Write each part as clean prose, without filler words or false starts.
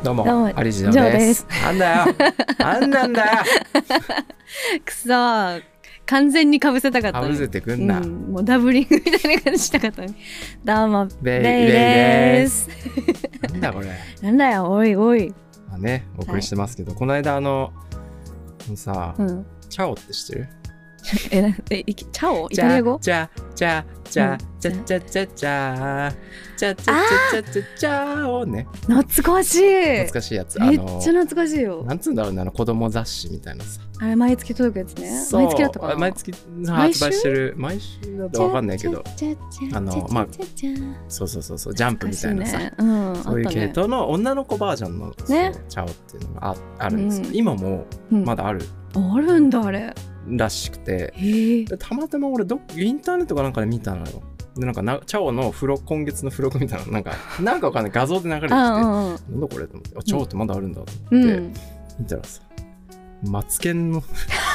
どうもどうもアリジノです。なんだよなんなんだよくそー、完全にかぶせたかったのに。 かぶせてくんな、 もうダブリングみたいな感じしたかったのに。どうもベイベイです。 なんだこれなんだよ、おいおい。 まあね、お送りしてますけど、この間さ、チャオって知ってる？ チャオ？イタリア語？ チャオね。 懐かしい。 懐かしいやつ。 めっちゃ懐かしいよ。 なんつうんだろうね、子供雑誌みたいなさ。 あれ毎月届くやつね。毎月だったかな。 毎月発売してる。毎週だとわかんないけど、まあそうジャンプみたいなさ、そういう系統の女の子バージョンのチャオっていうのがあるんですよ。今もまだある。 あるんだあれ。 らしくて、たまたま俺インターネットかなんかで見たのよ。でなんかチャオの今月の付録みたいななんかわかんない画像で流れてきてなんだこれと思って、チャオってまだあるんだと思って見たらさ、マツケン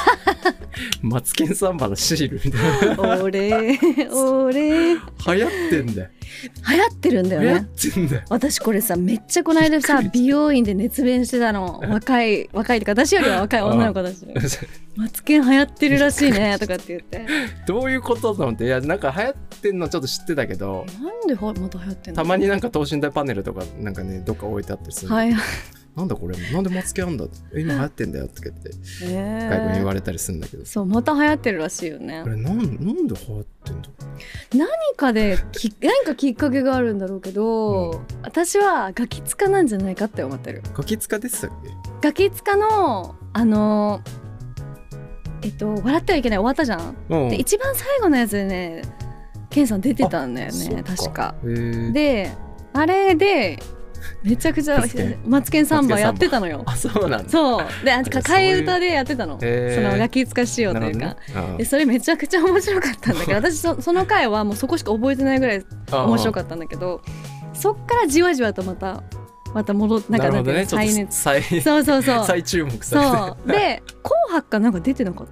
サンバのシールみたいな俺流行ってんだよ。 流行ってるんだよね。 流行ってんだよ。 私これさ、めっちゃこの間さ美容院で熱弁してたの。若いってか私よりは若い女の子たちマツケン流行ってるらしいねとかって言ってどういうことと思って、いやなんか流行ってんのちょっと知ってたけど、 なんでまた流行ってんの。 たまになんか等身大パネルとかなんかねどっか置いてあったりする。はいなんだこれ、なんでマツケンあんだって、今流行ってんだよって言って外国に言われたりするんだけど、 そうまた流行ってるらしいよね。 これなんで流行ってんだ。 何かきっかけがあるんだろうけど、私はガキ使なんじゃないかって思ってる。 ガキ使でしたっけ？ ガキ使の笑ってはいけない終わったじゃん。で一番最後のやつでね、ケンさん出てたんだよね確か。であれでめちゃくちゃマツケンサンバやってたのよ。 あ、そうなんだ。 そうで、替え歌でやってたの。そのガキ使しようというか、でそれめちゃくちゃ面白かったんだけど私その回はもうそこしか覚えてないぐらい面白かったんだけど、そっからじわじわとまた戻ってなんか再熱、そう再注目されて、 そうで紅白かなんか出てなかった？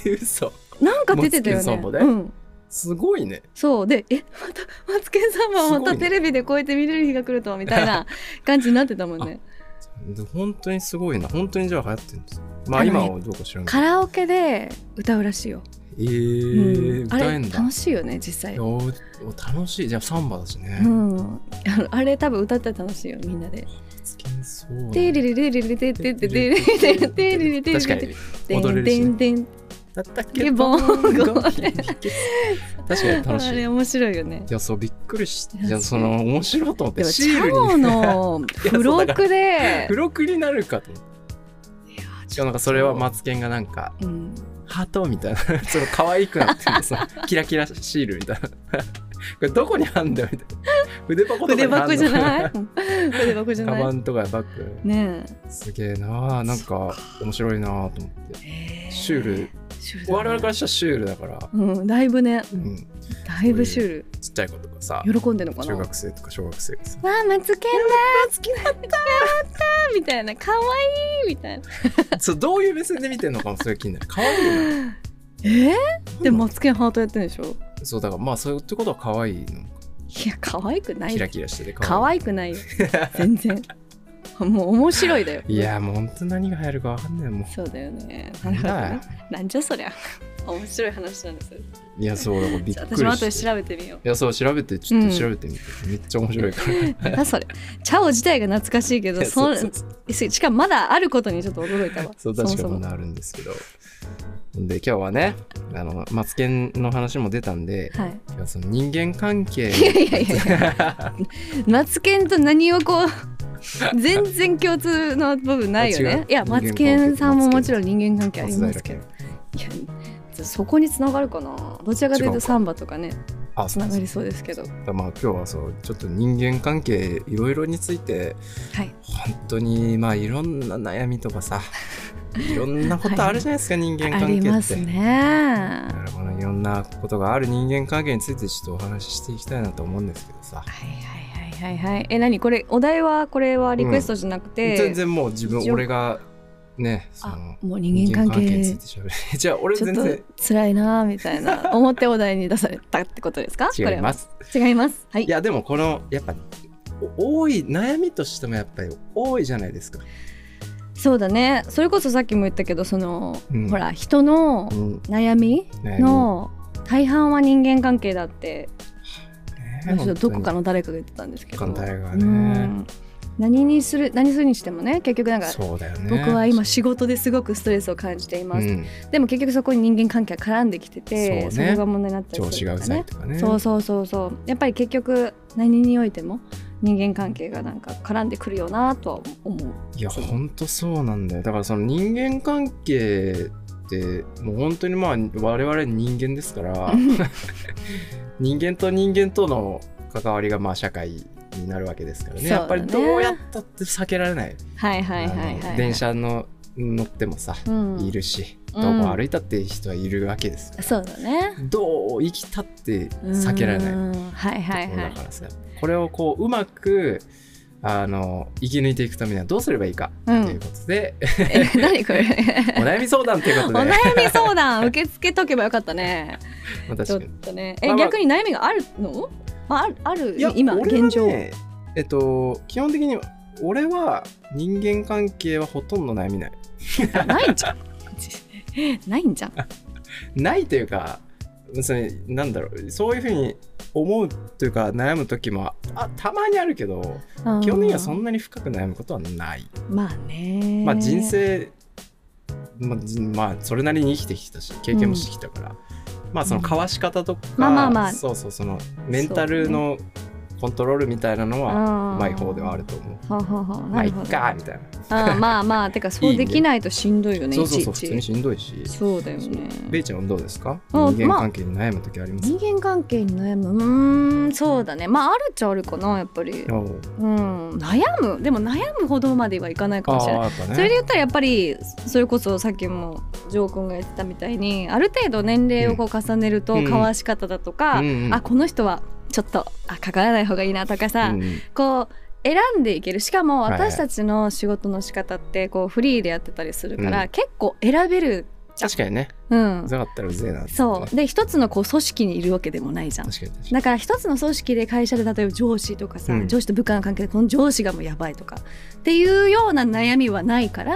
嘘。 なんか出てたよね。 すごいね。 そうでまたマツケンサンバはまたテレビでこうやって見れる日が来るとみたいな感じになってたもんね。 本当にすごいな。本当にじゃあ流行ってるんです。まあ今はどうか知らない。 カラオケで歌うらしいよ。 歌えんだ。 楽しいよね実際。 楽しい。じゃあサンバだしね。 あれ多分歌ったら楽しいよみんなで。 マツケンそう。 テレレレレレテテテテテレレテレレテ確かに踊れるし。だったっけボンゴ確かに楽しい。 あれ面白いよね。 いやそうびっくりして、いやその面白いと思って。 シールにの付録で付録になるかと思って。いやしかもなんかそれはマツケンがなんか、ハートみたいなその可愛くなってるそのキラキラシールみたいなこれどこにあんだよみたいな。筆箱とかにあんの？ 筆箱じゃない筆箱じゃない。 カバンとかバッグね。すげえな、なんか面白いなと思って。シュール。我々からしたらシュールだから、 だいぶね、だいぶシュール。 ちっちゃい子とかさ、 喜んでるのかな。 中学生とか小学生がさ、 わあマツケンだ好きだったみたいな、可愛いみたいなそうどういう目線で見てんのかもそれ気になる。可愛いな。でもマツケンハートやってるでしょ。 そうだからまあそういうってことは可愛いの。いや可愛くない。 キラキラしてて可愛くないよ全然。もう面白いだよ。 いやもう本当何が流行るか分かんないもん。 そうだよね。なるほどね。なんじゃそりゃ面白い話なんですよ。 いやそうだからびっくりして。 私も後で調べてみよう。 いやそう調べてちょっと調べてみて、めっちゃ面白いからなんだそれ。チャオ自体が懐かしいけどしかもまだあることにちょっと驚いたわ。 そう確かにまだあるんですけど。で今日はねマツケンの話も出たんで、今日はその人間関係マツケンと何をこう全然共通の部分ないよね。いやマツケンさんももちろん人間関係ありますけど、いやそこにつながるかな。どちらかというとサンバとかねつながりそうですけど、 まあ今日はそうちょっと人間関係いろいろについて、本当にまあいろんな悩みとかさいろんなことあるじゃないですか、人間関係って。 ありますね。 このいろんなことがある人間関係についてちょっとお話ししていきたいなと思うんですけどさ。 何これお題はこれはリクエストじゃなくて、 全然もう俺がねもう人間関係について喋るじゃあ俺全然ちょっと辛いなみたいな思ってお題に出されたってことですか？ 違います。 違います。はい。 いやでもこのやっぱ多い悩みとしてもやっぱり多いじゃないですか。 そうだね。それこそさっきも言ったけどほら人の悩みの大半は人間関係だって、どこかの誰かが言ってたんですけど、何するにしてもね、結局なんかそうだよね、僕は今仕事ですごくストレスを感じています、でも結局そこに人間関係が絡んできてて、そこが問題になっちゃう、調子がうざいとかね。そうやっぱり結局何においても人間関係がなんか絡んでくるよなとは思う。 いやほんとそうなんだよ。だからその人間関係ってもう本当に我々人間ですから人間と人間との関わりが社会になるわけですからね。やっぱりどうやったって避けられない。電車乗ってもさ、いるし、どこ歩いたって人はいるわけですから。 そうだね。 どう生きたって避けられない。だからさ、これをこううまく生き抜いていくためにはどうすればいいかということで、 何これお悩み相談ということで、 お悩み相談受け付けとけばよかったね。ちょっとね、逆に悩みがあるの？ある今現状。 基本的に俺は人間関係はほとんど悩みない。 ないんじゃん。ないんじゃん。 ないというか、なんだろう、そういうふうに思うというか悩む時もたまにあるけど、基本的にはそんなに深く悩むことはない。 まあね。 人生、それなりに生きてきたし経験もしてきたから、その交わし方とか、そのメンタルのコントロールみたいなのはうまい方ではあると思う。まあいっかみたいな。てかそうできないとしんどいよね。 そう普通にしんどいし。 そうだよね。 ベイちゃんはどうですか？人間関係に悩む時あります？ 人間関係に悩む、そうだね。あるっちゃあるかな、やっぱり。でも悩むほどまではいかないかもしれない。それで言ったらやっぱりそれこそさっきもジョー君が言ってたみたいに、ある程度年齢を重ねると交わし方だとか、この人はちょっと関わらない方がいいなとかさ、こう選んでいける。しかも私たちの仕事の仕方ってこうフリーでやってたりするから、結構選べるじゃん。 確かにね。うざかったらうぜえなって、ね。 そうで、一つのこう組織にいるわけでもないじゃん。だから一つの組織で会社で例えば上司とかさ、上司と部下の関係でこの上司がもうやばいとかっていうような悩みはないから、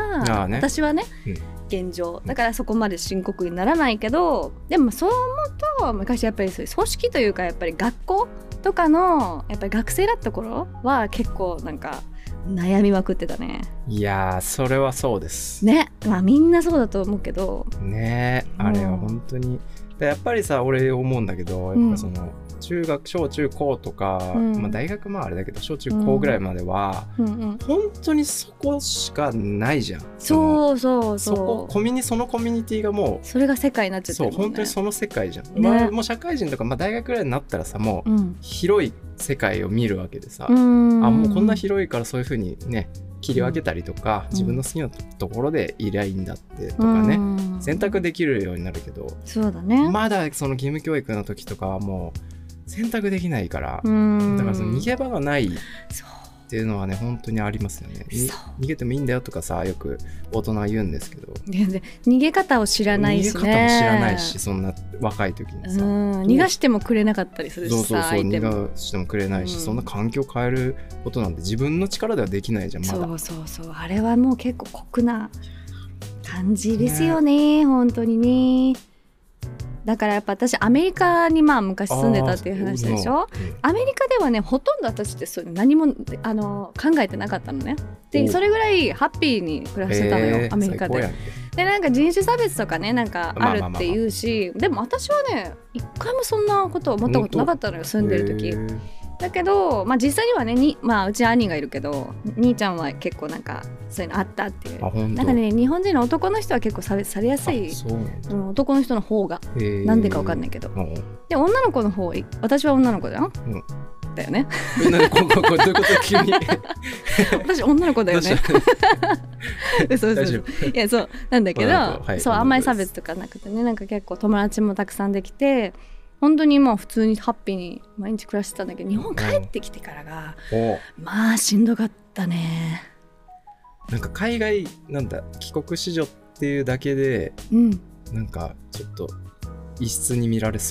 私はね、現状だからそこまで深刻にならないけど、でもそう思うと昔やっぱりそういう組織というか、やっぱり学校とかのやっぱり学生だった頃は結構なんか悩みまくってたね。 いやそれはそうですね。みんなそうだと思うけどね。あれは本当にやっぱりさ、俺思うんだけど、やっぱその小中高とか、大学あれだけど小中高ぐらいまでは、本当にそこしかないじゃん。そのコミュニティがもうそれが世界になっちゃってるもんね。 本当にその世界じゃん、もう社会人とか、大学ぐらいになったらさ、もう広い世界を見るわけでさ、もうこんな広いからそういう風にね切り分けたりとか、自分の好きなところでいりゃいいんだってとかね、選択できるようになるけど、 そうだね。 まだその義務教育の時とかはもう選択できないから、だからその逃げ場がないっていうのはね本当にありますよね。逃げてもいいんだよとかさ、よく大人は言うんですけど、 逃げ方を知らないしね。 逃げ方も知らないし、そんな若い時にさ、 逃がしてもくれなかったりするしさ、 逃がしてもくれないし、そんな環境を変えることなんて自分の力ではできないじゃん。まだそうあれはもう結構酷な感じですよね、本当にね。だからやっぱ私アメリカに昔住んでたっていう話でしょ。アメリカではね、ほとんど私ってそう何も考えてなかったのね。でそれぐらいハッピーに暮らしてたのよ、アメリカで。でなんか人種差別とかね、なんかあるっていうし、でも私はね一回もそんなこと思ったことなかったのよ、住んでる時。だけど、実際にはねうち兄がいるけど、兄ちゃんは結構なんかそういうのあったっていう。なんかね、日本人の男の人は結構差別されやすい。男の人の方がなんでか分かんないけど、で女の子の方、私は女の子だよ、だよね。 どういうこと急に私女の子だよね。そういやそうなんだけど、そうあんまり差別とかなくてね、なんか結構友達もたくさんできて、本当にもう普通にハッピーに毎日暮らしてたんだけど、日本帰ってきてからがしんどかったね。 なんか海外帰国子女っていうだけで、なんかちょっと異質に見られそう。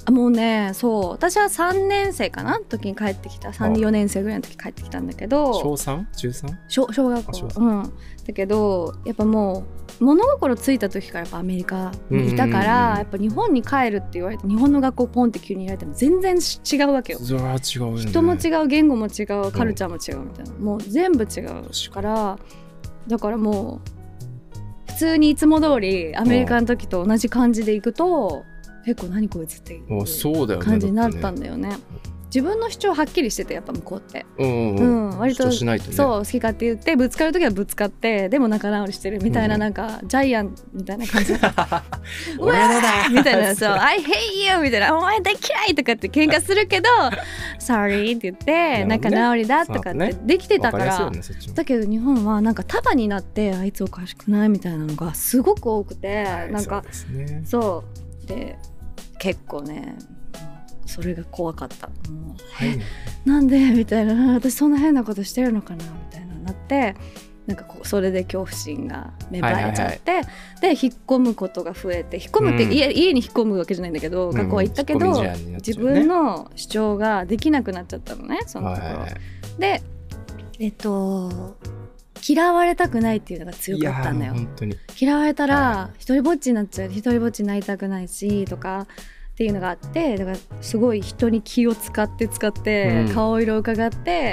もうね、そう私は3年生かな時に帰ってきた。3、4年生ぐらいの時帰ってきたんだけど、 小 3？ 中 3？ 小学校。だけどやっぱもう物心ついた時からやっぱアメリカにいたから、やっぱ日本に帰るって言われて、日本の学校ポンって急に言われても全然違うわけよ。 それは違うよね。 人も違う、言語も違う、カルチャーも違うみたいな、もう全部違うから、だからもう普通にいつも通りアメリカの時と同じ感じで行くと、結構何こいつっていう感じになったんだよね。自分の主張はっきりしてて、やっぱ向こうって、割と主張しないとね、 そう好き勝手言って、ぶつかる時はぶつかって、でも仲直りしてるみたいな、なんかジャイアンみたいな感じで俺のだみたいな、そうI hate you みたいな、お前大嫌いとかって喧嘩するけどsorry って言って仲直りだとかってできてたから、だけど日本はなんか束になって、あいつおかしくないみたいなのがすごく多くて、なんかそうで結構ね、それが怖かった。もう、なんでみたいな、私そんな変なことしてるのかなみたいななって、なんかそれで恐怖心が芽生えちゃって、で引っ込むことが増えて、引っ込むって家に引っ込むわけじゃないんだけど、学校は行ったけど、自分の主張ができなくなっちゃったのね、そのところで。嫌われたくないっていうのが強かったんだよ。嫌われたら一人ぼっちになっちゃう、一人ぼっちになりたくないしとかっていうのがあって、だからすごい人に気を使って顔色を伺って、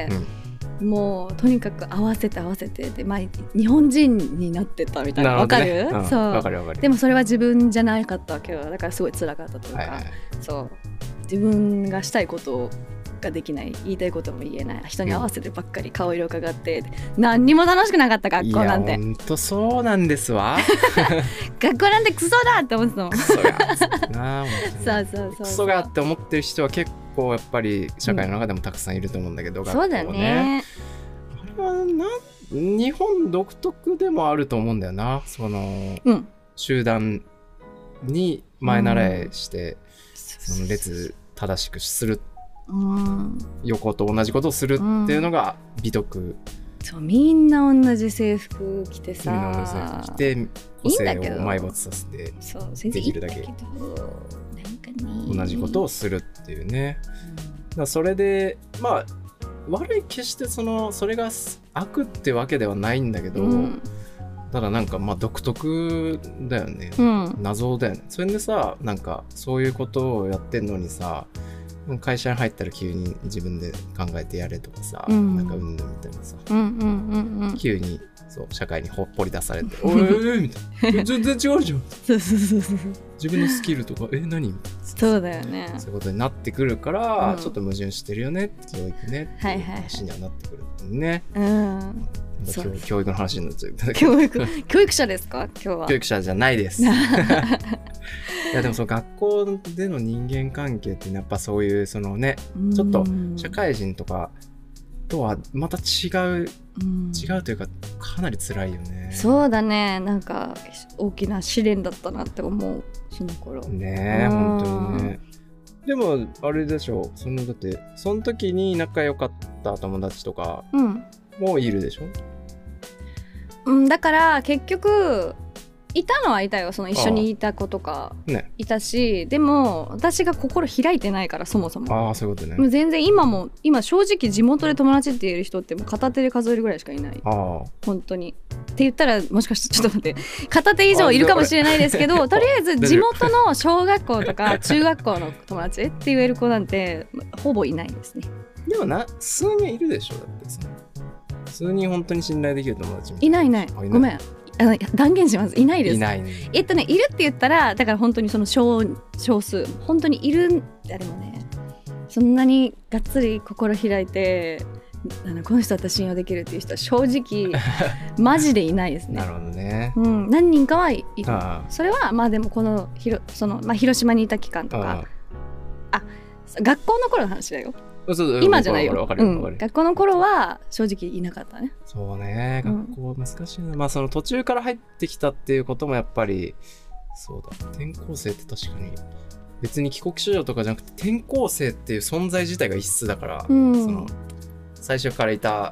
もうとにかく合わせてで、日本人になってたみたいな。わかる？そう。でもそれは自分じゃなかったわけよ。だからすごい辛かったというか、そう自分がしたいことができない、言いたいことも言えない、人に合わせてばっかり顔色を伺って、何にも楽しくなかった、学校なんて。いや、ほんとそうなんですわ学校なんてクソだって思ってたもん。クソがそうクソがって思ってる人は結構やっぱり社会の中でもたくさんいると思うんだけど、 そうだよね。 あれは日本独特でもあると思うんだよな、その、集団に前習いして、その列正しくする、横と同じことをするっていうのが美徳。 そう、みんな同じ制服着てさ、 みんな同じ制服着て個性を埋没させて、できるだけ同じことをするっていうね。だからそれで悪い、決してそれが悪ってわけではないんだけど、ただなんか独特だよね、謎だよね。それでさ、なんかそういうことをやってんのにさ、会社に入ったら急に自分で考えてやれとかさ、なんかみたいなさ、急にそう社会にほっぽり出されて「おい!」みたいな「全然違うじゃん」自分のスキルとか「何?」みたいな、 そうだよね、 そういうことになってくるから、ちょっと矛盾してるよね、教育ねっていう話にはなってくるね。教育の話になっちゃう。 教育者ですか今日は？ 教育者じゃないですいやでもその学校での人間関係ってやっぱそういうそのね、ちょっと社会人とかとはまた違うというか、かなり辛いよね。 そうだね、なんか大きな試練だったなって思う、その頃ね。本当にね。でもあれでしょ、だってその時に仲良かった友達とかもいるでしょ。 だから結局いたのはいたよ、その一緒にいた子とかいたし、でも私が心開いてないから、そもそも。 そういうことね。 もう全然今正直地元で友達って言える人ってもう片手で数えるぐらいしかいない。本当にって言ったらもしかしてちょっと待って、片手以上いるかもしれないですけどとりあえず地元の小学校とか中学校の友達って言える子なんてほぼいないですね。 でも数人いるでしょ。だって数人本当に信頼できる友達いない。ごめん、断言します。いないです。 いないね。 いるって言ったら、だから本当にその少数本当にいる。でもね、そんなにがっつり心開いてこの人私信用できるっていう人は正直マジでいないですね。 なるほどね。 何人かはいる。それはでもこの広島にいた期間とか、学校の頃の話だよ。今じゃないよ。学校の頃は正直いなかったね。 そうね、学校難しいな。その途中から入ってきたっていうこともやっぱりそうだ。転校生って確かに別に帰国子女とかじゃなくて、転校生っていう存在自体が異質だから、その最初からいた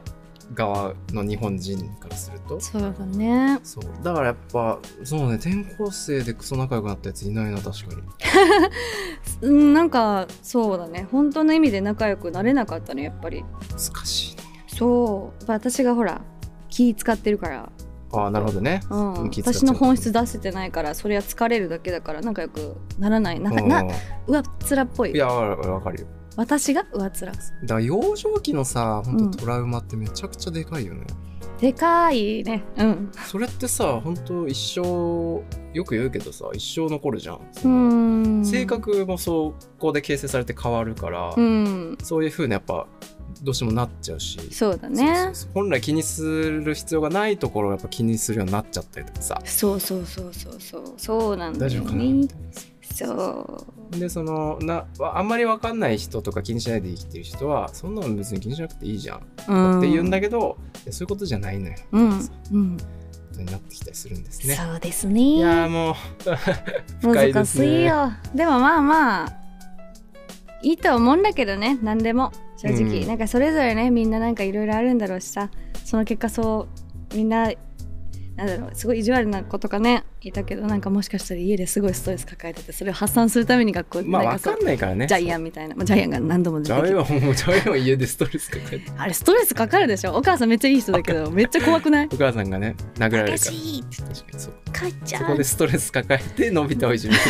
側の日本人からすると。 そうだね。 そうだからやっぱそうね、転校生でクソ仲良くなったやついないな、確かになんかそうだね、本当の意味で仲良くなれなかったね、やっぱり。 難しいね。 そう私がほら気使ってるから。 なるほどね、 私の本質出せてないから、それは疲れるだけだから仲良くならない。なんか上っ面っぽい。 いやわかるよ、 私が上っ面。だから幼少期のさ、本当トラウマってめちゃくちゃでかいよね。 でかいね。 それってさ、本当一生、よく言うけどさ、一生残るじゃん。性格もそこで形成されて変わるから、そういう風にやっぱどうしてもなっちゃうし。 そうだね。 本来気にする必要がないところをやっぱ気にするようになっちゃったりとかさ。そうなんだよね。大丈夫かなみたいな。そうであんまり分かんない人とか気にしないで生きてる人はそんなの別に気にしなくていいじゃん、って言うんだけど、そういうことじゃないのよ、ことになってきたりするんですね。 そうですね。 いやもう深いですね。 難しいよ。でもまあいいと思うんだけどね、何でも正直、なんかそれぞれね、みんななんかいろいろあるんだろうしさ、その結果そうみんななんだろう、すごい意地悪な子とかねいたけど、なんかもしかしたら家ですごいストレス抱えてて、それを発散するために学校で分かんないからね、 ジャイアンみたいな、ジャイアンが何度も出てきて、 ジャイアンは家でストレス抱えてあれストレスかかるでしょ。お母さんめっちゃいい人だけどめっちゃ怖くない？ お母さんがね殴られるから。確かにそう。そこでストレス抱えてのび太をいじめて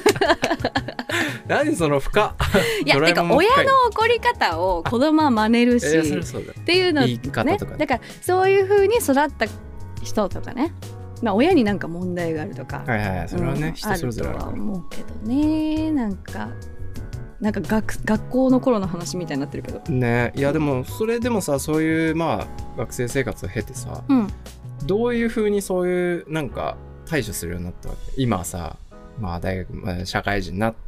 何その深いやてか親の怒り方を子供は真似るし、っていうのね。だからそういう風に育った人とかね、親になんか問題があるとか、 それはね、人それぞれあるとは思うけどね。なんか学校の頃の話みたいになってるけどね。いやでもそれでもさ、そういう学生生活を経てさ、どういう風にそういうなんか対処するようになったわけ？今さ、大学、社会人になって、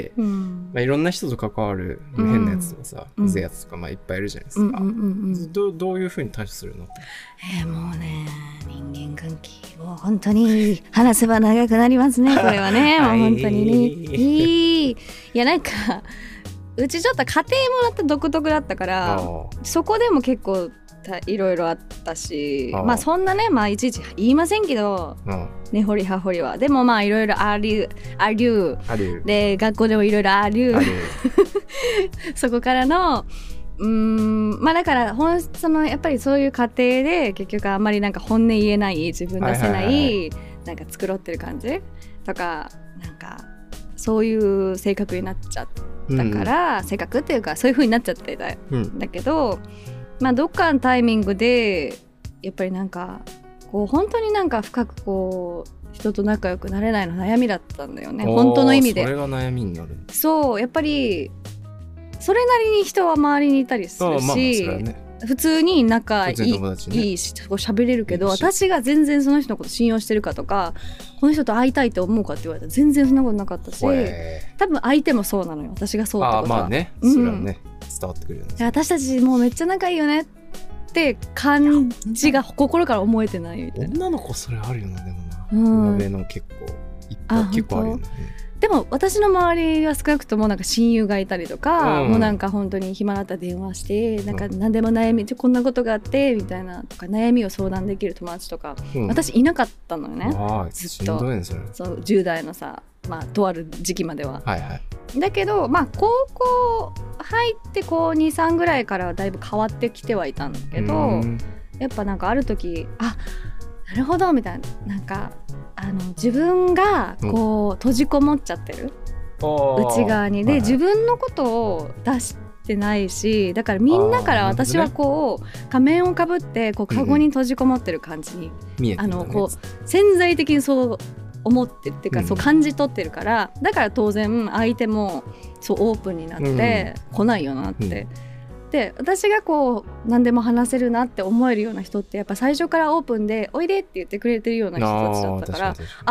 いろんな人と関わる変なやつとかさ、うぜやつとかいっぱいいるじゃないですか。どういう風に対処するの？ もうね、人間関係を本当に話せば長くなりますね、これはね。もう本当にね。いやなんかうちちょっと家庭もらった独特だったから、そこでも結構いろいろあったし、そんなね、いちいち言いませんけど、根掘り葉掘りは。でもいろいろありゅうで、学校でもいろいろありゅうそこからのだからやっぱりそういう過程で結局あんまりなんか本音言えない、自分出せない、なんか繕ってる感じとか、なんかそういう性格になっちゃったから、性格っていうかそういう風になっちゃってたんだけど、どっかのタイミングでやっぱりなんかこう本当になんか深くこう人と仲良くなれないの悩みだったんだよね、本当の意味で。 それが悩みになる。 そうやっぱりそれなりに人は周りにいたりするし、普通に仲いいし喋れるけど、私が全然その人のこと信用してるかとか、この人と会いたいと思うかって言われたら全然そんなことなかったし、多分相手もそうなのよ、私がそうってことは。それはね、伝わってくるよね。私たちもうめっちゃ仲いいよねって感じが心から思えてないみたいな。 女の子それあるよな。でもな、上の結構いっぱい結構あるよね。 でも私の周りは少なくともなんか親友がいたりとか、もうなんか本当に暇だったら電話してなんか何でも悩み、こんなことがあってみたいなとか、悩みを相談できる友達とか、私いなかったのよね、ずっと。そう10代のさ、とある時期までは。だけど高校入って高 2,3 ぐらいからはだいぶ変わってきてはいたんだけど、やっぱなんかある時なるほどみたいな、なんか自分がこう閉じこもっちゃってる、内側にで、自分のことを出してないし、だからみんなから私はこう仮面をかぶってこうカゴに閉じこもってる感じに、こう潜在的にそう思ってるっていうか、そう感じ取ってるから、だから当然相手もそうオープンになって来ないよなって、で私がこう何でも話せるなって思えるような人ってやっぱ最初からオープンでおいでって言ってくれてるような人たちだったから、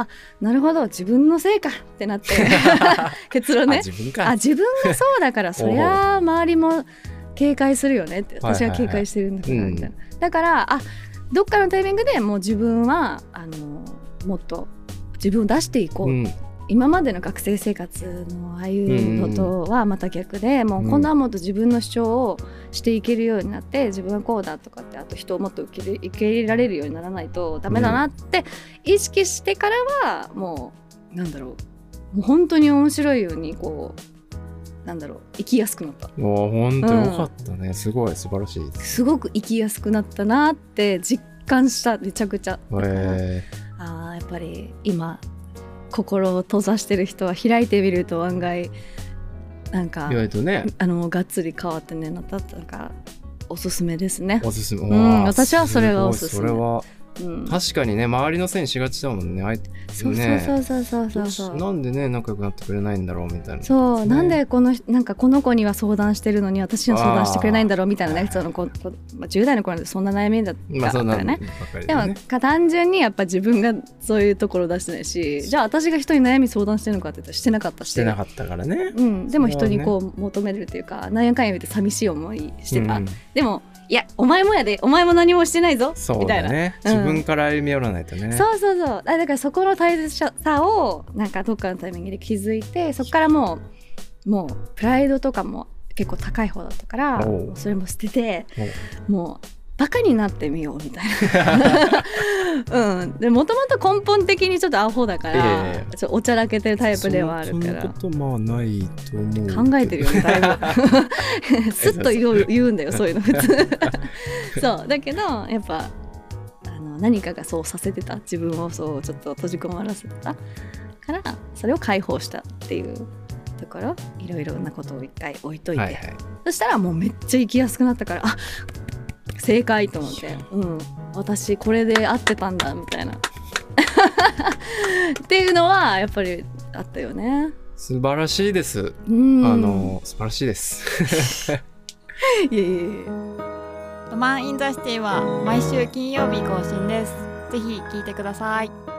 なるほど自分のせいかってなって結論ね、自分がそうだからそりゃ周りも警戒するよねって、私は警戒してるんだからみたいな、だからどっかのタイミングでもう自分はもっと自分を出していこう、今までの学生生活のああいうのとはまた逆で、もう今度はもっと自分の主張をしていけるようになって、自分はこうだとかって、あと人をもっと受け入れられるようにならないとダメだなって意識してからは、もうなんだろう、もう本当に面白いようにこうなんだろう、生きやすくなった。 本当よかったね、すごい素晴らしいです。 すごく生きやすくなったなって実感した。めちゃくちゃ。やっぱり今心を閉ざしてる人は開いてみると案外なんか意外とね、 がっつり変わってね、なんかおすすめですね。 おすすめ、 私はそれがおすすめ。 それは確かにね、周りのせいにしがちだもんね。 そうなんでね仲良くなってくれないんだろうみたいな、 そう、なんでこの子には相談してるのに私には相談してくれないんだろうみたいなね。10代の頃でそんな悩みだったからね。でも単純にやっぱ自分がそういうところ出してないし、じゃあ私が人に悩み相談してるのかって言ったらしてなかったし、 してなかったからね。 でも人にこう求めるっていうか、何やかんや言って寂しい思いしてた。でもいやお前もやで、お前も何もしてないぞみたいな、 自分から歩み寄らないとね。 そうだからそこの大切さをなんかどっかのタイミングで気づいて、そこからもうプライドとかも結構高い方だったから、それも捨てて、もうバカになってみようみたいなでもともと根本的にちょっとアホだから、ちょっとおちゃらけてるタイプではあるから。 そんなことまあないと思う。考えてるよねだいぶスッと言うんだよそういうの普通そうだけどやっぱ何かがそうさせてた、自分をそうちょっと閉じ込まらせてたから、それを解放したっていうところ、いろいろなことを一回置いといて、そしたらもうめっちゃ生きやすくなったから、あ、正解と思って、私これで合ってたんだみたいなっていうのはやっぱりあったよね。 素晴らしいです。素晴らしいですいえロマンインザシティは毎週金曜日更新です。ぜひ聞いてください。